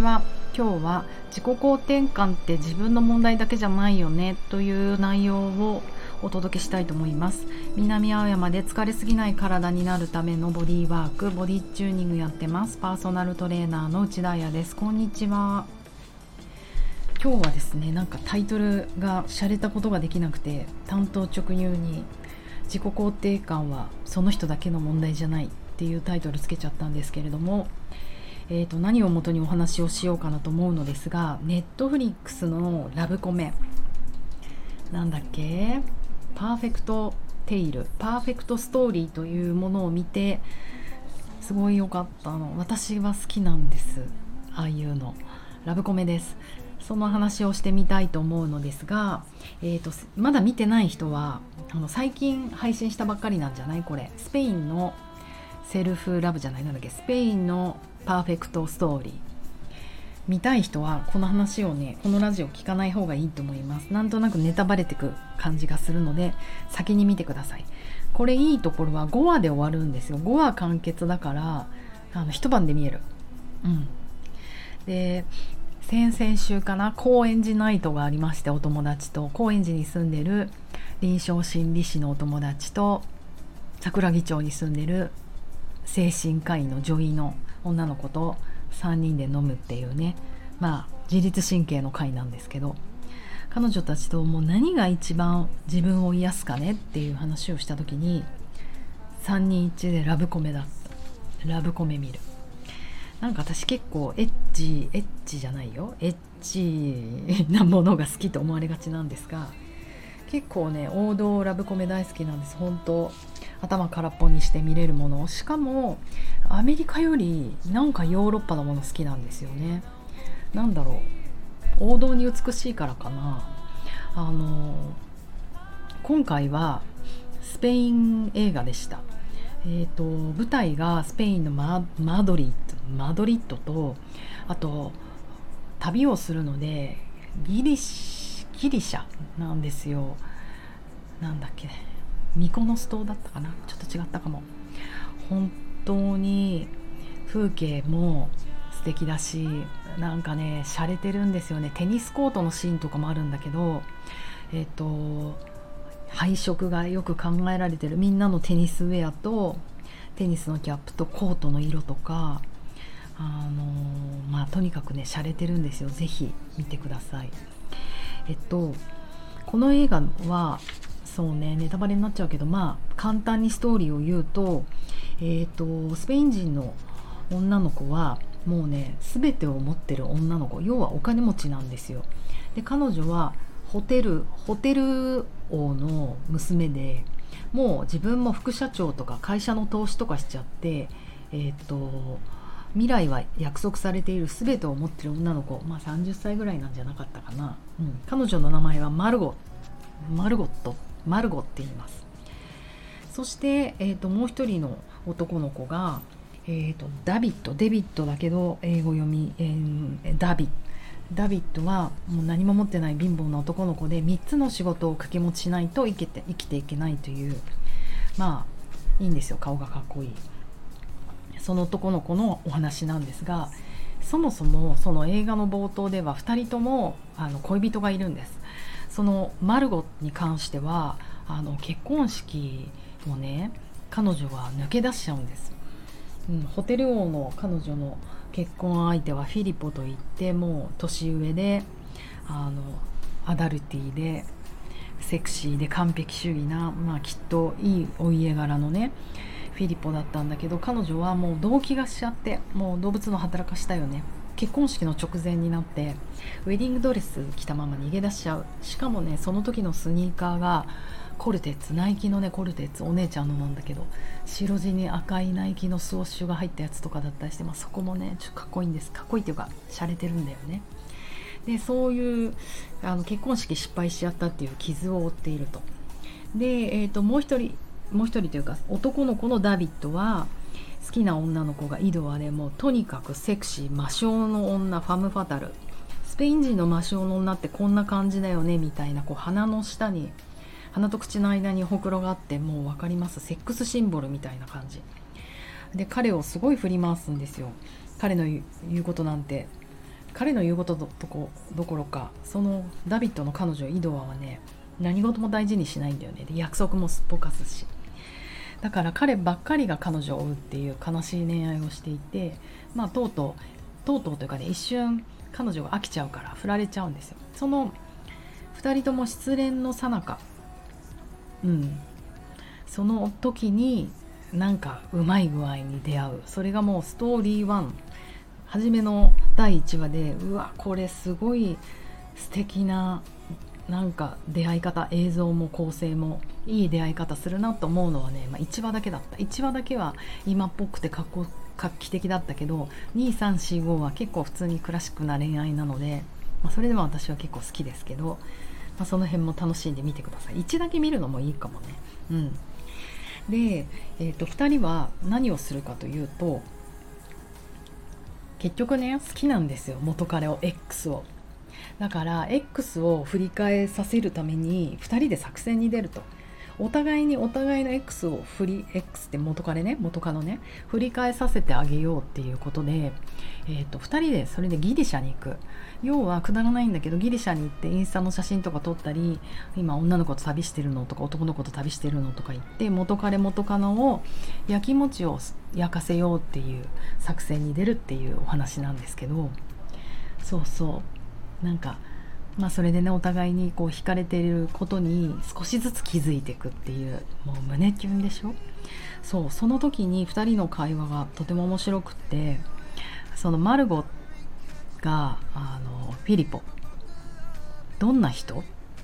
は。今日は自己肯定感って自分の問題だけじゃないよねという内容をお届けしたいと思います。南青山で疲れすぎない体になるためのボディワーク、ボディチューニングやってます。パーソナルトレーナーの内田彩です。こんにちは。今日はですね、なんかタイトルが洒落たことができなくて、単刀直入に自己肯定感はその人だけの問題じゃないっていうタイトルつけちゃったんですけれども、何を元にお話をしようかなと思うのですが、ネットフリックスのラブコメなんだっけ、パーフェクトテイル、パーフェクトストーリーというものを見て、すごい良かったの。私は好きなんです。ああいうのラブコメです。その話をしてみたいと思うのですが、まだ見てない人は最近配信したばっかりなんじゃない？これスペインのセルフラブじゃない、なんだっけ、スペインのパーフェクトストーリー見たい人はこの話をね、このラジオ聞かない方がいいと思います。なんとなくネタバレてく感じがするので先に見てください。これいいところは5話で終わるんですよ。5話完結だから一晩で見える。で、先々週かな、高円寺ナイトがありまして、お友達と高円寺に住んでる臨床心理士のお友達と桜木町に住んでる精神科医の女医の女の子と3人で飲むっていうね、自律神経の会なんですけど、彼女たちともう何が一番自分を癒すかねっていう話をした時に、3人一致でラブコメだった。ラブコメ見る。なんか私結構エッチじゃないよ、エッチなものが好きと思われがちなんですが、結構ね、王道ラブコメ大好きなんです。本当頭空っぽにして見れるもの、しかもアメリカよりなんかヨーロッパのもの好きなんですよね。なんだろう、王道に美しいからかな。今回はスペイン映画でした。舞台がスペインのマドリッドと、あと旅をするのでギリシャなんですよ。なんだっけ、ミコノス島だったかな、ちょっと違ったかも。本当に風景も素敵だし、なんかね、洒落てるんですよね。テニスコートのシーンとかもあるんだけど、配色がよく考えられてる。みんなのテニスウェアとテニスのキャップとコートの色とか、とにかくね、洒落てるんですよ。ぜひ見てください。この映画はそうね、ネタバレになっちゃうけど、簡単にストーリーを言うと、スペイン人の女の子はもうね、全てを持ってる女の子、要はお金持ちなんですよ。で、彼女はホテル王の娘で、もう自分も副社長とか会社の投資とかしちゃって、未来は約束されている全てを持っている女の子、30歳ぐらいなんじゃなかったかな。彼女の名前はマルゴって言います。そして、もう一人の男の子が、デビッドだけど英語読み、ダビッドはもう何も持ってない貧乏な男の子で、3つの仕事を掛け持ちしないと生きていけないという、いいんですよ、顔がかっこいいその男の子のお話なんですが、そもそもその映画の冒頭では2人とも恋人がいるんです。そのマルゴに関しては結婚式をね、彼女は抜け出しちゃうんです。ホテル王の彼女の結婚相手はフィリポといって、もう年上でアダルティでセクシーで完璧主義な、きっといいお家柄のねフィリポだったんだけど、彼女はもう動悸がしちゃって、もう動物の働かしたよね。結婚式の直前になってウェディングドレス着たまま逃げ出しちゃう。しかもね、その時のスニーカーがコルテッツ、ナイキのねコルテッツ、お姉ちゃんのなんだけど、白地に赤いナイキのスウォッシュが入ったやつとかだったりして、そこもねちょっとかっこいいんです。かっこいいっていうか洒落てるんだよね。で、そういう結婚式失敗しちゃったっていう傷を負っていると。で、もう一人というか、男の子のダビッドは好きな女の子がイドアで、もうとにかくセクシー魔性の女、ファム・ファタル。スペイン人の魔性の女ってこんな感じだよねみたいな、鼻の下に、鼻と口の間にほくろがあって、もう分かります、セックスシンボルみたいな感じで、彼をすごい振り回すんですよ。彼の言うことなんて彼の言うことどころか、そのダビッドの彼女イドアはね、何事も大事にしないんだよね。で約束もすっぽかすし、だから彼ばっかりが彼女を追うっていう悲しい恋愛をしていて、とうとうというかね、一瞬彼女が飽きちゃうから振られちゃうんですよ。その2人とも失恋の最中、その時になんかうまい具合に出会う。それがもうストーリー1、初めの第1話で、うわこれすごい素敵ななんか出会い方、映像も構成もいい出会い方するなと思うのはね、1話だけだった。1話だけは今っぽくて画期的だったけど、2、3、4、5は結構普通にクラシックな恋愛なので、それでも私は結構好きですけど、その辺も楽しんで見てください。1だけ見るのもいいかもね。で、2人は何をするかというと、結局ね好きなんですよ、元彼を、 X を。だから X を振り返させるために2人で作戦に出ると。お互いの X をX って元カノね、振り返させてあげようっていうことで、2人でそれでギリシャに行く。要はくだらないんだけど、ギリシャに行ってインスタの写真とか撮ったり、今女の子と旅してるのとか男の子と旅してるのとか言って、元カノを焼き餅を焼かせようっていう作戦に出るっていうお話なんですけど、なんかそれでね、お互いにこう惹かれていることに少しずつ気づいていくっていう、もう胸キュンでしょ。その時に2人の会話がとても面白くって、そのマルゴがフィリポ、どんな人？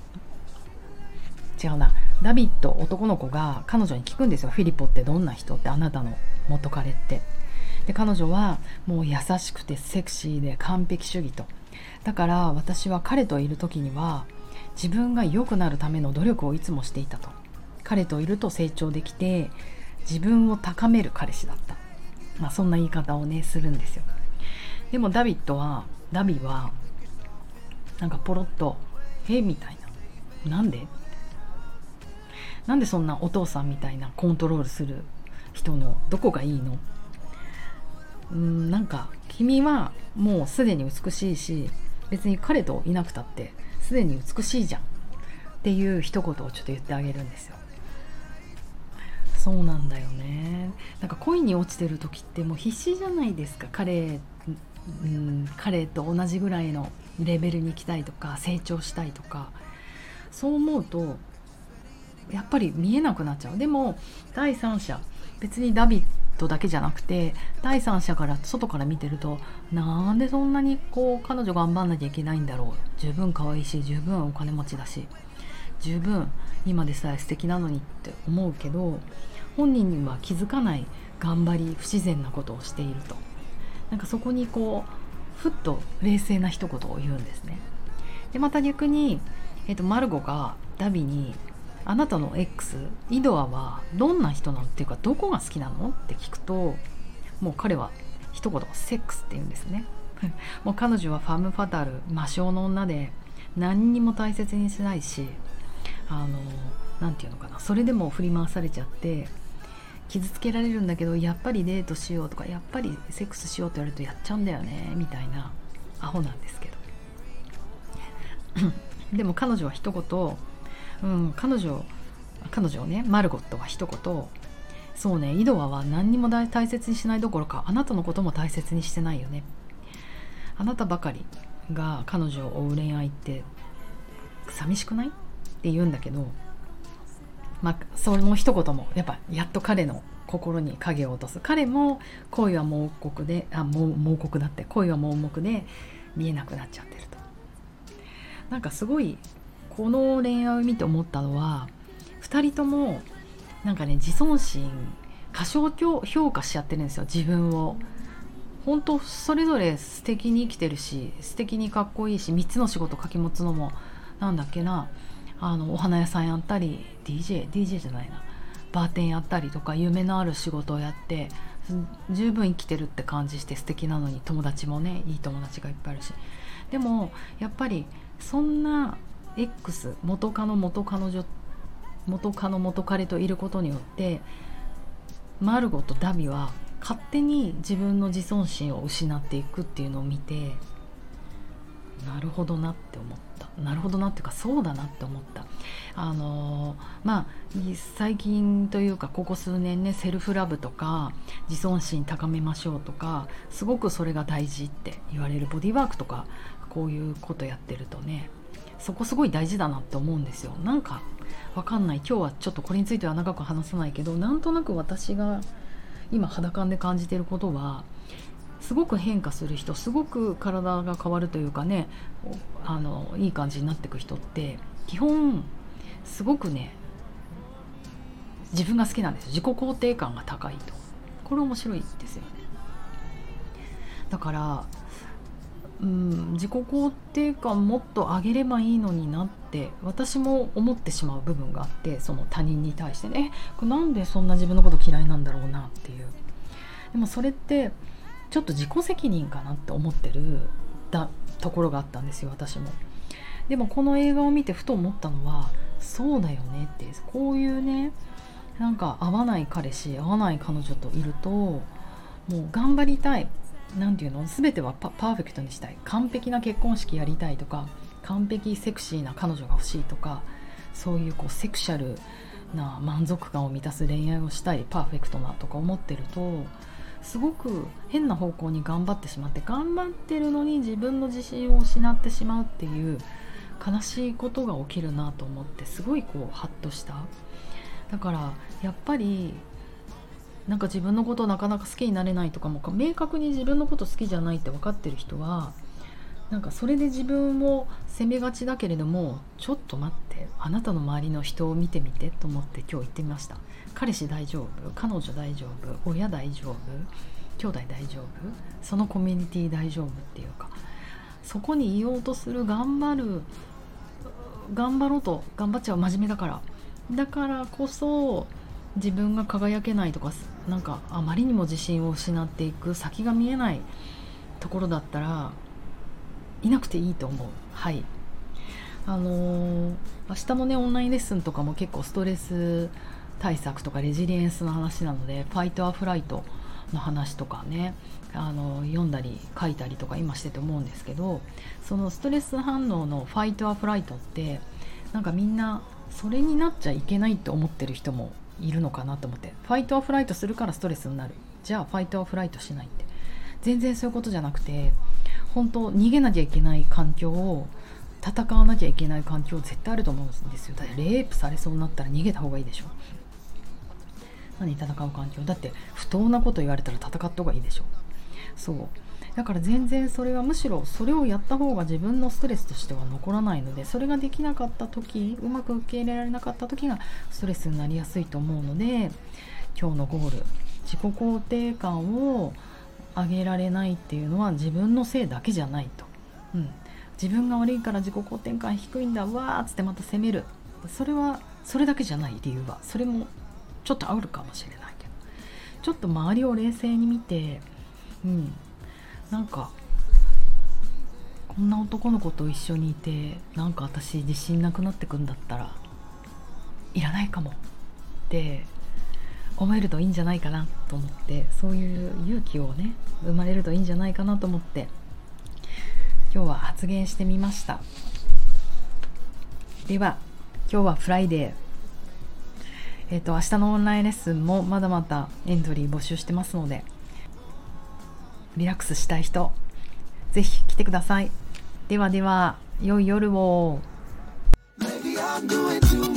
違うな、ダビッド、男の子が彼女に聞くんですよ。フィリポってどんな人って、あなたの元彼って。で彼女はもう優しくてセクシーで完璧主義と。だから私は彼といる時には自分が良くなるための努力をいつもしていたと。彼といると成長できて自分を高める彼氏だった。そんな言い方をねするんですよ。でもダビはなんかポロッとみたいな、なんでそんなお父さんみたいなコントロールする人のどこがいいの？なんか君はもうすでに美しいし、別に彼といなくたってすでに美しいじゃんっていう一言をちょっと言ってあげるんですよ。そうなんだよね。なんか恋に落ちてる時ってもう必死じゃないですか。彼と同じぐらいのレベルに行きたいとか成長したいとか、そう思うとやっぱり見えなくなっちゃう。でも第三者、別にダビッドだけじゃなくて第三者から外から見てると、なんでそんなにこう彼女頑張んなきゃいけないんだろう、十分可愛いし十分お金持ちだし十分今でさえ素敵なのにって思うけど、本人には気づかない頑張り不自然なことをしていると。なんかそこにこうふっと冷静な一言を言うんですね。でまた逆に、マルゴがダビに、あなたの X イドアはどんな人なのっていうかどこが好きなのって聞くと、もう彼は一言セックスって言うんですね。もう彼女はファムファタル、魔性の女で何にも大切にしないし、なんていうのかな、それでも振り回されちゃって傷つけられるんだけど、やっぱりデートしようとかやっぱりセックスしようと言われるとやっちゃうんだよねみたいなアホなんですけどでも彼女は一言、彼女をね、マルゴットは一言、そうね、イドアは何にも大切にしないどころかあなたのことも大切にしてないよね、あなたばかりが彼女を追う恋愛って寂しくないって言うんだけど、その一言もやっぱやっと彼の心に影を落とす。彼も恋は盲目で恋は盲目で見えなくなっちゃってると。なんかすごいこの恋愛を見て思ったのは、2人ともなんかね、自尊心過小評価しちゃってるんですよ、自分を。本当それぞれ素敵に生きてるし素敵にかっこいいし、3つの仕事掛け持つのもなんだっけな、お花屋さんやったり DJ じゃないな、バーテンやったりとか夢のある仕事をやって十分生きてるって感じして素敵なのに、友達もね、いい友達がいっぱいあるし。でもやっぱりそんな X 元カノ元彼といることによってマルゴとダビは勝手に自分の自尊心を失っていくっていうのを見て、 なるほどなって思った。なるほどなっていうか、そうだなって思った。最近というかここ数年ね、セルフラブとか自尊心高めましょうとか、すごくそれが大事って言われるボディワークとか、こういうことやってるとね、そこすごい大事だなって思うんですよ。なんかわかんない、今日はちょっとこれについては長く話さないけど、なんとなく私が今肌感で感じていることは、すごく変化する人、すごく体が変わるというかね、いい感じになっていく人って基本すごくね、自分が好きなんですよ。自己肯定感が高いと。これ面白いですよね。だから自己肯定感もっと上げればいいのになって私も思ってしまう部分があって、その他人に対してね、これなんでそんな自分のこと嫌いなんだろうなっていう。でもそれってちょっと自己責任かなって思ってるところがあったんですよ、私も。でもこの映画を見てふと思ったのは、そうだよねって。こういうね、なんか合わない彼氏、合わない彼女といると、もう頑張りたい、なんていうの、全てはパーフェクトにしたい、完璧な結婚式やりたいとか、完璧セクシーな彼女が欲しいとか、そういうセクシャルな満足感を満たす恋愛をしたい、パーフェクトなとか思ってると、すごく変な方向に頑張ってしまって、頑張ってるのに自分の自信を失ってしまうっていう悲しいことが起きるなと思って、すごいハッとした。だからやっぱりなんか自分のことをなかなか好きになれないとかも、明確に自分のこと好きじゃないって分かってる人は、なんかそれで自分を責めがちだけれども、ちょっと待って、あなたの周りの人を見てみてと思って今日行ってみました。彼氏大丈夫、彼女大丈夫、親大丈夫、兄弟大丈夫、そのコミュニティ大丈夫っていうか、そこにいようとする、頑張ろうと頑張っちゃう、真面目だからこそ自分が輝けないとか、なんかあまりにも自信を失っていく、先が見えないところだったらいなくていいと思う。はい。明日のね、オンラインレッスンとかも結構ストレス対策とかレジリエンスの話なので、ファイトアフライトの話とかね、読んだり書いたりとか今してて思うんですけど、そのストレス反応のファイトアフライトって、なんかみんなそれになっちゃいけないと思ってる人もいるのかなと思って、ファイトアフライトするからストレスになる、じゃあファイトアフライトしないって、全然そういうことじゃなくて、本当逃げなきゃいけない環境を、戦わなきゃいけない環境絶対あると思うんですよ。だってレイプされそうになったら逃げた方がいいでしょ。何戦う環境だって、不当なこと言われたら戦った方がいいでしょ。そうだから全然それは、むしろそれをやった方が自分のストレスとしては残らないので、それができなかった時、うまく受け入れられなかった時がストレスになりやすいと思うので、今日のゴール、自己肯定感を上げられないっていうのは自分のせいだけじゃないと、自分が悪いから自己肯定感低いんだわーっつってまた責める、それはそれだけじゃない。理由はそれもちょっとあるかもしれないけど、ちょっと周りを冷静に見て、なんかこんな男の子と一緒にいて、なんか私自信なくなってくんだったらいらないかもって思えるといいんじゃないかなと思って、そういう勇気をね、生まれるといいんじゃないかなと思って、今日は発言してみました。では今日はフライデー、明日のオンラインレッスンもまだまだエントリー募集してますので、リラックスしたい人ぜひ来てください。ではでは、良い夜を。Maybe I'll do it too